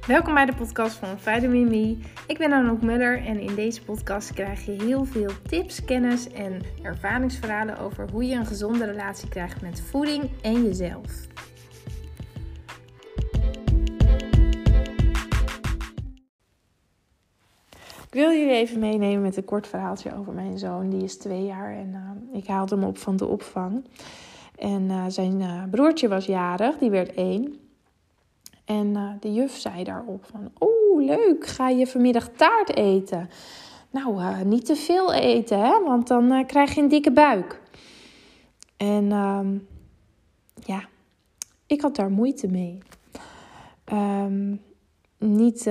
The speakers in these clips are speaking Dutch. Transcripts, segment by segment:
Welkom bij de podcast van Vitamin Me. Ik ben Anouk Muller en in deze podcast krijg je heel veel tips, kennis en ervaringsverhalen over hoe je een gezonde relatie krijgt met voeding en jezelf. Ik wil jullie even meenemen met een kort verhaaltje over mijn zoon. Die is 2 jaar en ik haalde hem op van de opvang. En zijn broertje was jarig, die werd 1. En de juf zei daarop van, leuk, ga je vanmiddag taart eten? Nou, niet te veel eten, hè, want dan krijg je een dikke buik. En ik had daar moeite mee. Niet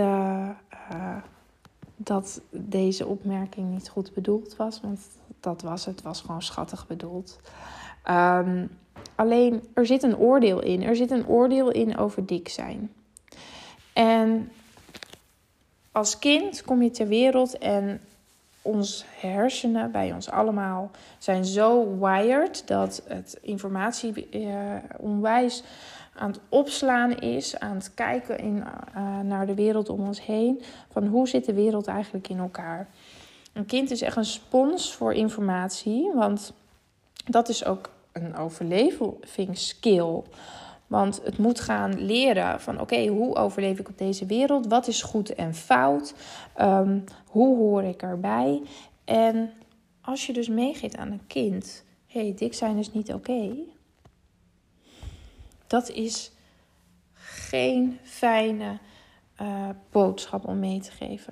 dat deze opmerking niet goed bedoeld was, want dat was het. Het was gewoon schattig bedoeld. Alleen, er zit een oordeel in. Er zit een oordeel in over dik zijn. En als kind kom je ter wereld en onze hersenen, bij ons allemaal, zijn zo wired dat het informatie onwijs aan het opslaan is, aan het kijken naar de wereld om ons heen, van hoe zit de wereld eigenlijk in elkaar. Een kind is echt een spons voor informatie, want dat is ook een overlevingsskill. Want het moet gaan leren van hoe overleef ik op deze wereld? Wat is goed en fout? Hoe hoor ik erbij? En als je dus meegeeft aan een kind, dik zijn is niet oké. Dat is geen fijne boodschap om mee te geven.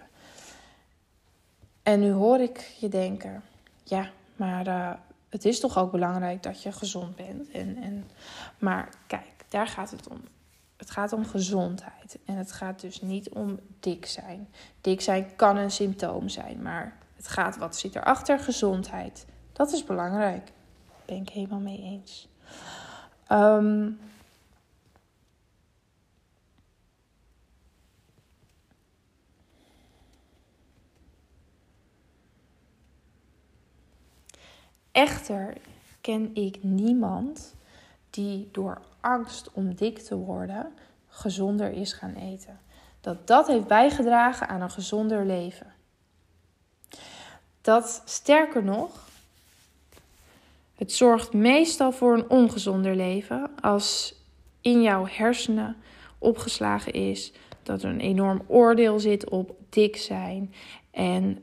En nu hoor ik je denken, ja, maar het is toch ook belangrijk dat je gezond bent. Maar kijk, daar gaat het om. Het gaat om gezondheid. En het gaat dus niet om dik zijn. Dik zijn kan een symptoom zijn. Maar het gaat, wat zit erachter? Gezondheid. Dat is belangrijk. Daar ben ik helemaal mee eens. Echter ken ik niemand die door angst om dik te worden gezonder is gaan eten. Dat heeft bijgedragen aan een gezonder leven. Dat sterker nog, het zorgt meestal voor een ongezonder leven als in jouw hersenen opgeslagen is dat er een enorm oordeel zit op dik zijn en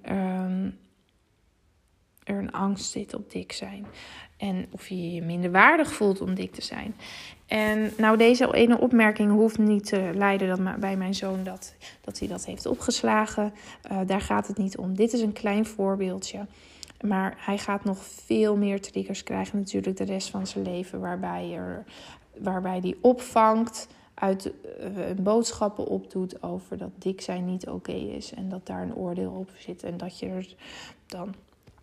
er een angst zit op dik zijn. En of je je minder waardig voelt om dik te zijn. En nou, deze ene opmerking hoeft niet te leiden bij mijn zoon dat hij dat heeft opgeslagen. Daar gaat het niet om. Dit is een klein voorbeeldje. Maar hij gaat nog veel meer triggers krijgen natuurlijk de rest van zijn leven. Waarbij hij opvangt, uit boodschappen opdoet over dat dik zijn niet oké is. En dat daar een oordeel op zit. En dat je er dan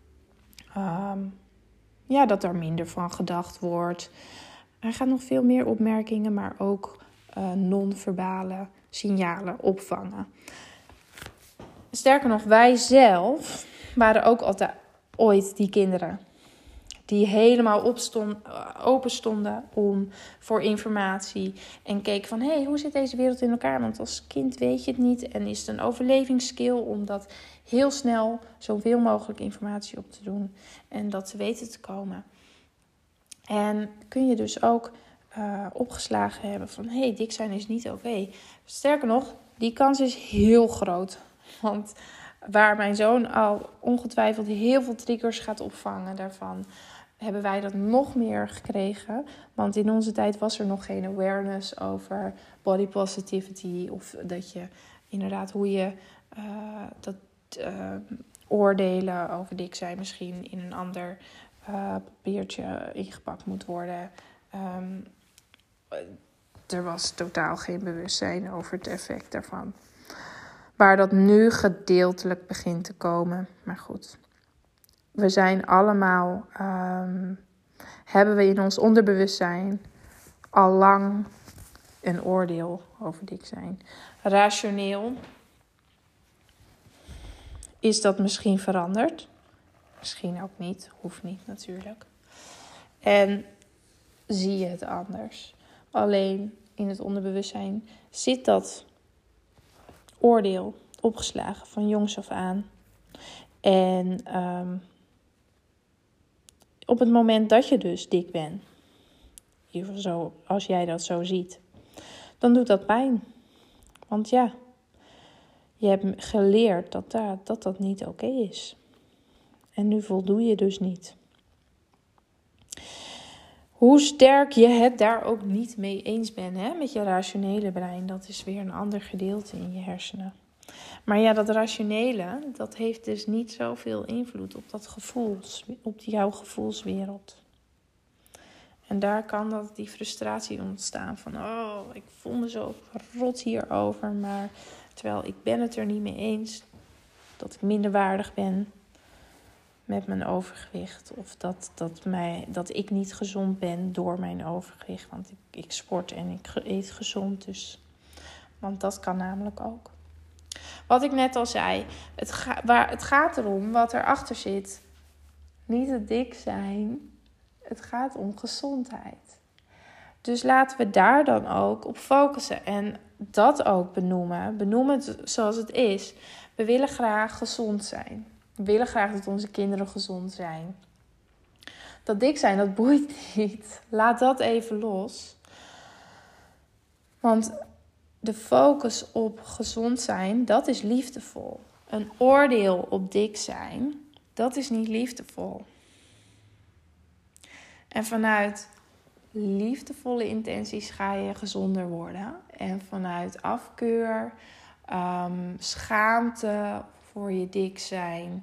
dat er minder van gedacht wordt. Hij gaat nog veel meer opmerkingen, maar ook non-verbale signalen opvangen. Sterker nog, wij zelf waren ook altijd ooit die kinderen die helemaal open stonden voor informatie. En keken van, hoe zit deze wereld in elkaar? Want als kind weet je het niet. En is het een overlevingsskill om dat heel snel zoveel mogelijk informatie op te doen. En dat te weten te komen. En kun je dus ook opgeslagen hebben van, dik zijn is niet oké. Sterker nog, die kans is heel groot. Want waar mijn zoon al ongetwijfeld heel veel triggers gaat opvangen daarvan, hebben wij dat nog meer gekregen. Want in onze tijd was er nog geen awareness over body positivity. Of dat je inderdaad hoe je oordelen over dik zijn misschien in een ander papiertje ingepakt moet worden. Er was totaal geen bewustzijn over het effect daarvan. Waar dat nu gedeeltelijk begint te komen. Maar goed. We zijn allemaal, hebben we in ons onderbewustzijn al lang een oordeel over dik zijn. Rationeel is dat misschien veranderd. Misschien ook niet, hoeft niet natuurlijk. En zie je het anders. Alleen in het onderbewustzijn zit dat oordeel opgeslagen van jongs af aan. En op het moment dat je dus dik bent, in ieder geval zo, als jij dat zo ziet, dan doet dat pijn. Want ja, je hebt geleerd dat niet oké is. En nu voldoe je dus niet. Hoe sterk je het daar ook niet mee eens bent, hè, met je rationele brein, dat is weer een ander gedeelte in je hersenen. Maar ja, dat rationele, dat heeft dus niet zoveel invloed op jouw gevoelswereld. En daar kan die frustratie ontstaan van, oh, ik voel me zo rot hierover, maar terwijl ik ben het er niet mee eens dat ik minderwaardig ben met mijn overgewicht. Of dat ik niet gezond ben door mijn overgewicht. Want ik sport en ik eet gezond. Dus. Want dat kan namelijk ook. Wat ik net al zei. Het gaat erom wat erachter zit. Niet het dik zijn. Het gaat om gezondheid. Dus laten we daar dan ook op focussen. En dat ook benoemen. Benoem het zoals het is. We willen graag gezond zijn. We willen graag dat onze kinderen gezond zijn. Dat dik zijn, dat boeit niet. Laat dat even los. Want de focus op gezond zijn, dat is liefdevol. Een oordeel op dik zijn, dat is niet liefdevol. En vanuit liefdevolle intenties ga je gezonder worden. En vanuit afkeur, schaamte voor je dik zijn,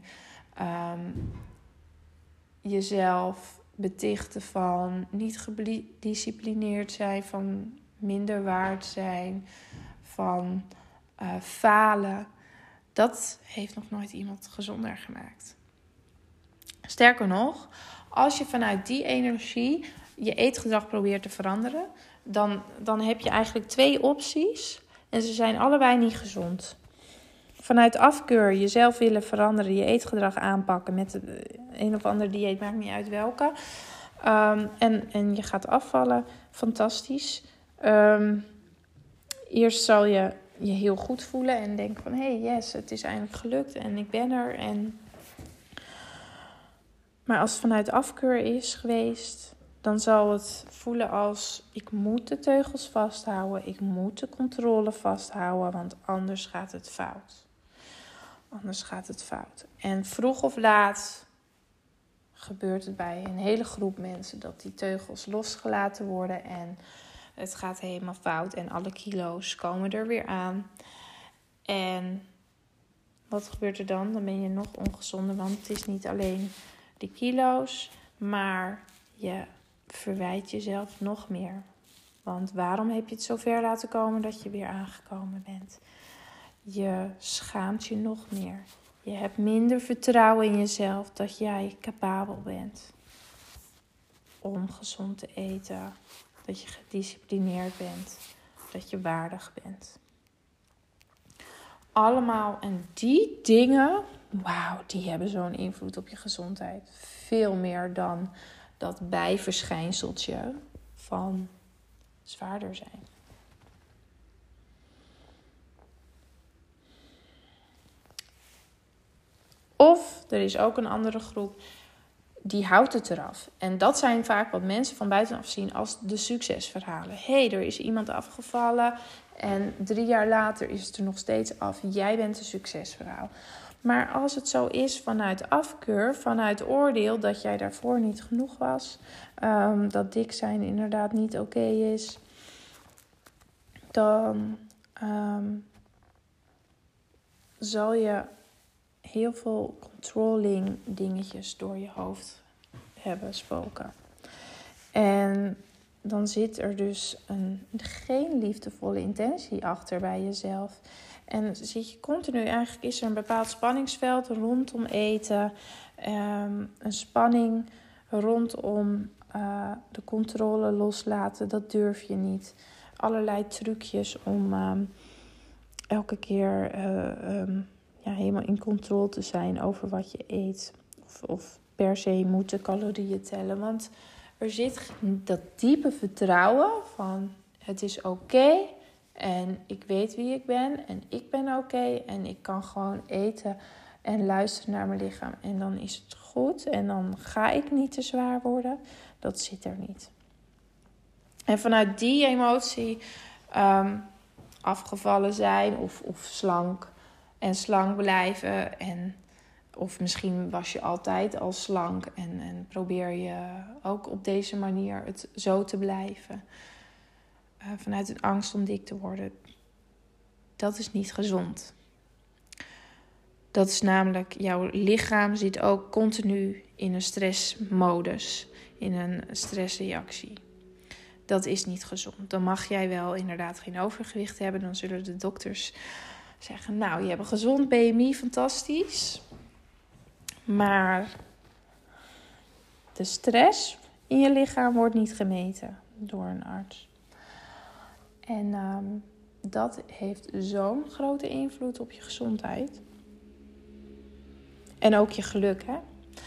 jezelf betichten van niet gedisciplineerd zijn, van minder waard zijn, van falen. Dat heeft nog nooit iemand gezonder gemaakt. Sterker nog, als je vanuit die energie je eetgedrag probeert te veranderen, dan heb je eigenlijk 2 opties en ze zijn allebei niet gezond. Vanuit afkeur jezelf willen veranderen, je eetgedrag aanpakken met een of ander dieet, maakt niet uit welke. En je gaat afvallen, fantastisch. Eerst zal je je heel goed voelen en denken van, hey, yes, het is eindelijk gelukt en ik ben er. Maar als het vanuit afkeur is geweest, dan zal het voelen als, ik moet de teugels vasthouden, ik moet de controle vasthouden, want anders gaat het fout. En vroeg of laat gebeurt het bij een hele groep mensen dat die teugels losgelaten worden en het gaat helemaal fout en alle kilo's komen er weer aan. En wat gebeurt er dan? Dan ben je nog ongezonder, want het is niet alleen de kilo's, maar je verwijt jezelf nog meer. Want waarom heb je het zo ver laten komen dat je weer aangekomen bent? Je schaamt je nog meer. Je hebt minder vertrouwen in jezelf dat jij capabel bent om gezond te eten. Dat je gedisciplineerd bent. Dat je waardig bent. Allemaal. En die dingen, wauw, die hebben zo'n invloed op je gezondheid. Veel meer dan dat bijverschijnseltje van zwaarder zijn. Of er is ook een andere groep die houdt het eraf. En dat zijn vaak wat mensen van buitenaf zien als de succesverhalen. Hé, er is iemand afgevallen en 3 jaar later is het er nog steeds af. Jij bent een succesverhaal. Maar als het zo is vanuit afkeur, vanuit oordeel dat jij daarvoor niet genoeg was, dat dik zijn inderdaad niet oké is, dan zal je heel veel controlling dingetjes door je hoofd hebben spoken. En dan zit er dus geen liefdevolle intentie achter bij jezelf. En zit je continu, eigenlijk is er een bepaald spanningsveld rondom eten. Een spanning rondom de controle loslaten, dat durf je niet. Allerlei trucjes om elke keer helemaal in controle te zijn over wat je eet. Of per se moeten calorieën tellen. Want er zit dat diepe vertrouwen van het is oké En ik weet wie ik ben en ik ben oké. En ik kan gewoon eten en luisteren naar mijn lichaam. En dan is het goed. En dan ga ik niet te zwaar worden. Dat zit er niet. En vanuit die emotie afgevallen zijn of slank en slank blijven. Of misschien was je altijd al slank en probeer je ook op deze manier het zo te blijven. Vanuit een angst om dik te worden. Dat is niet gezond. Dat is namelijk, jouw lichaam zit ook continu in een stressmodus. In een stressreactie. Dat is niet gezond. Dan mag jij wel inderdaad geen overgewicht hebben. Dan zullen de dokters zeggen, nou, je hebt een gezond BMI, fantastisch. Maar de stress in je lichaam wordt niet gemeten door een arts. En dat heeft zo'n grote invloed op je gezondheid. En ook je geluk, hè.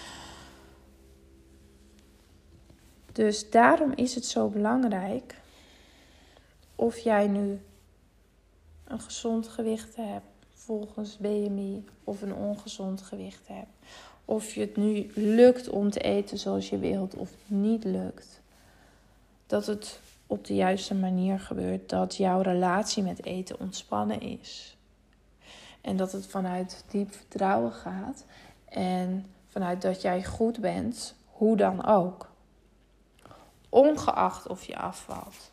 Dus daarom is het zo belangrijk of jij nu een gezond gewicht hebt volgens BMI of een ongezond gewicht hebt. Of je het nu lukt om te eten zoals je wilt of niet lukt. Dat het op de juiste manier gebeurt. Dat jouw relatie met eten ontspannen is. En dat het vanuit diep vertrouwen gaat. En vanuit dat jij goed bent, hoe dan ook. Ongeacht of je afvalt.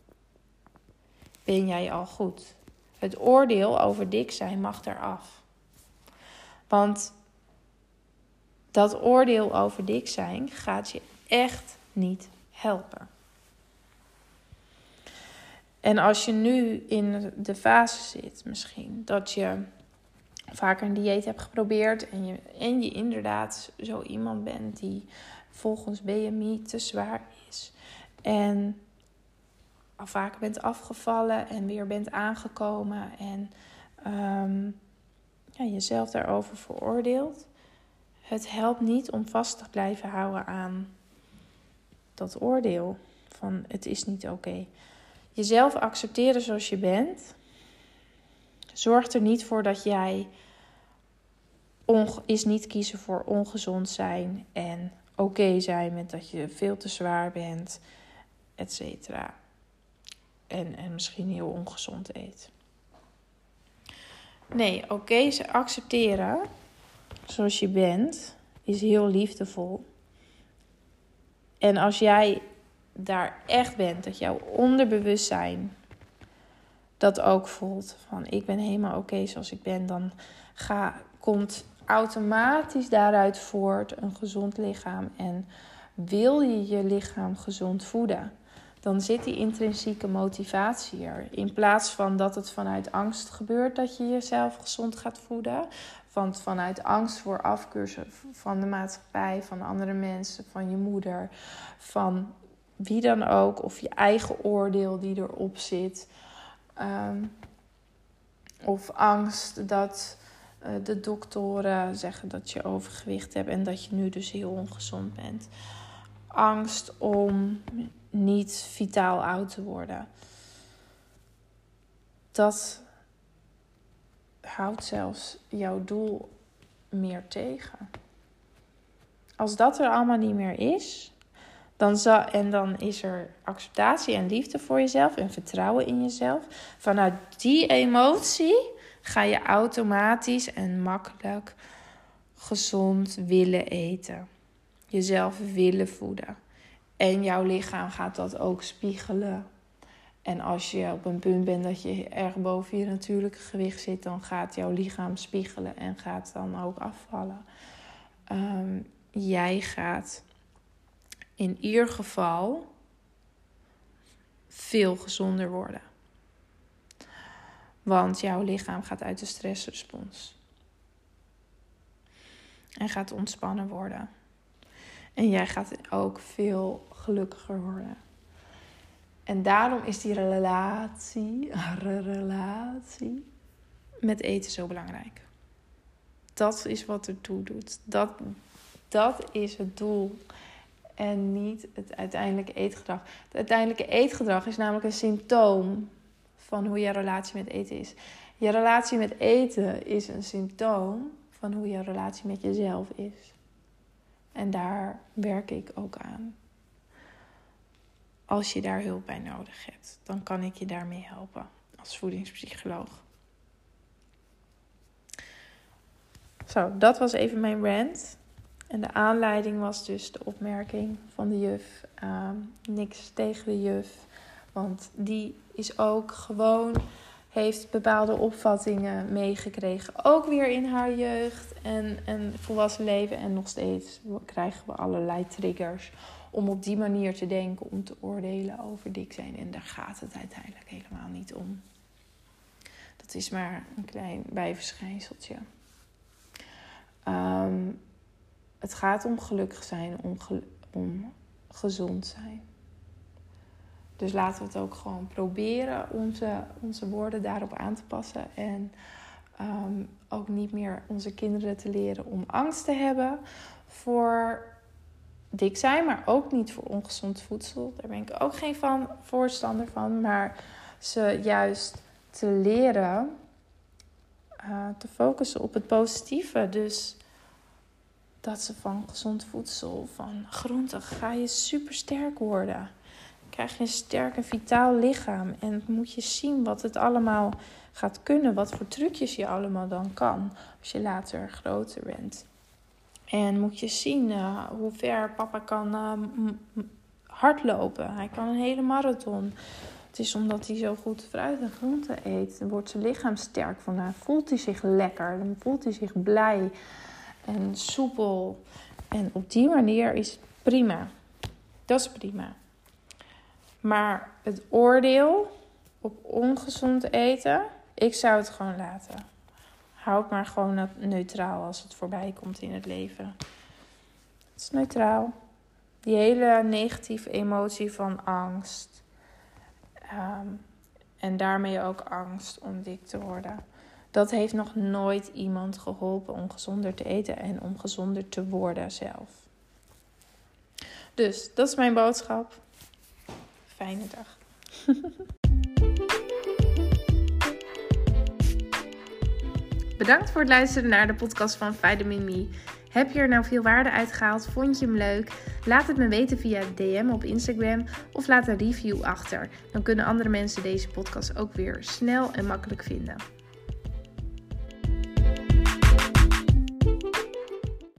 Ben jij al goed. Het oordeel over dik zijn mag eraf. Want dat oordeel over dik zijn gaat je echt niet helpen. En als je nu in de fase zit misschien dat je vaker een dieet hebt geprobeerd en je inderdaad zo iemand bent die volgens BMI te zwaar is en al vaker bent afgevallen en weer bent aangekomen en jezelf daarover veroordeelt. Het helpt niet om vast te blijven houden aan dat oordeel van het is niet oké. Jezelf accepteren zoals je bent zorgt er niet voor dat jij is niet kiezen voor ongezond zijn en oké zijn met dat je veel te zwaar bent, et cetera. En misschien heel ongezond eet. Nee, oké, ze accepteren zoals je bent is heel liefdevol. En als jij daar echt bent, dat jouw onderbewustzijn dat ook voelt, van ik ben helemaal oké zoals ik ben, dan komt automatisch daaruit voort een gezond lichaam. En wil je je lichaam gezond voeden, dan zit die intrinsieke motivatie er. In plaats van dat het vanuit angst gebeurt dat je jezelf gezond gaat voeden. Want vanuit angst voor afkeur van de maatschappij, van andere mensen, van je moeder, van wie dan ook. Of je eigen oordeel die erop zit. Of angst dat de doktoren zeggen dat je overgewicht hebt en dat je nu dus heel ongezond bent. Angst om niet vitaal oud te worden. Dat houdt zelfs jouw doel meer tegen. Als dat er allemaal niet meer is, dan is er acceptatie en liefde voor jezelf en vertrouwen in jezelf. Vanuit die emotie ga je automatisch en makkelijk gezond willen eten. Jezelf willen voeden. En jouw lichaam gaat dat ook spiegelen. En als je op een punt bent dat je erg boven je natuurlijke gewicht zit, dan gaat jouw lichaam spiegelen en gaat dan ook afvallen. Jij gaat in ieder geval veel gezonder worden. Want jouw lichaam gaat uit de stressrespons. En gaat ontspannen worden. En jij gaat ook veel gelukkiger worden. En daarom is die relatie met eten zo belangrijk. Dat is wat ertoe doet. Dat is het doel. En niet het uiteindelijke eetgedrag. Het uiteindelijke eetgedrag is namelijk een symptoom van hoe je relatie met eten is. Je relatie met eten is een symptoom van hoe je relatie met jezelf is. En daar werk ik ook aan. Als je daar hulp bij nodig hebt, dan kan ik je daarmee helpen als voedingspsycholoog. Zo, dat was even mijn rant. En de aanleiding was dus de opmerking van de juf. Niks tegen de juf. Want die is ook gewoon, heeft bepaalde opvattingen meegekregen. Ook weer in haar jeugd en volwassen leven. En nog steeds krijgen we allerlei triggers om op die manier te denken, om te oordelen over dik zijn. En daar gaat het uiteindelijk helemaal niet om. Dat is maar een klein bijverschijnseltje. Het gaat om gelukkig zijn, om gezond zijn. Dus laten we het ook gewoon proberen onze woorden daarop aan te passen. En ook niet meer onze kinderen te leren om angst te hebben voor dik zijn, maar ook niet voor ongezond voedsel. Daar ben ik ook geen voorstander van. Maar ze juist te leren te focussen op het positieve. Dus dat ze van gezond voedsel, van groenten, ga je super sterk worden. Krijg je een sterk en vitaal lichaam. En moet je zien wat het allemaal gaat kunnen. Wat voor trucjes je allemaal dan kan. Als je later groter bent. En moet je zien hoe ver papa kan hardlopen. Hij kan een hele marathon. Het is omdat hij zo goed fruit en groenten eet. Dan wordt zijn lichaam sterk van. Dan voelt hij zich lekker. Dan voelt hij zich blij. En soepel. En op die manier is het prima. Dat is prima. Maar het oordeel op ongezond eten, ik zou het gewoon laten. Houd maar gewoon neutraal als het voorbij komt in het leven. Het is neutraal. Die hele negatieve emotie van angst. En daarmee ook angst om dik te worden. Dat heeft nog nooit iemand geholpen om gezonder te eten en om gezonder te worden zelf. Dus dat is mijn boodschap. Fijne dag. Bedankt voor het luisteren naar de podcast van Vitamin Me. Heb je er nou veel waarde uit gehaald? Vond je hem leuk? Laat het me weten via DM op Instagram of laat een review achter. Dan kunnen andere mensen deze podcast ook weer snel en makkelijk vinden.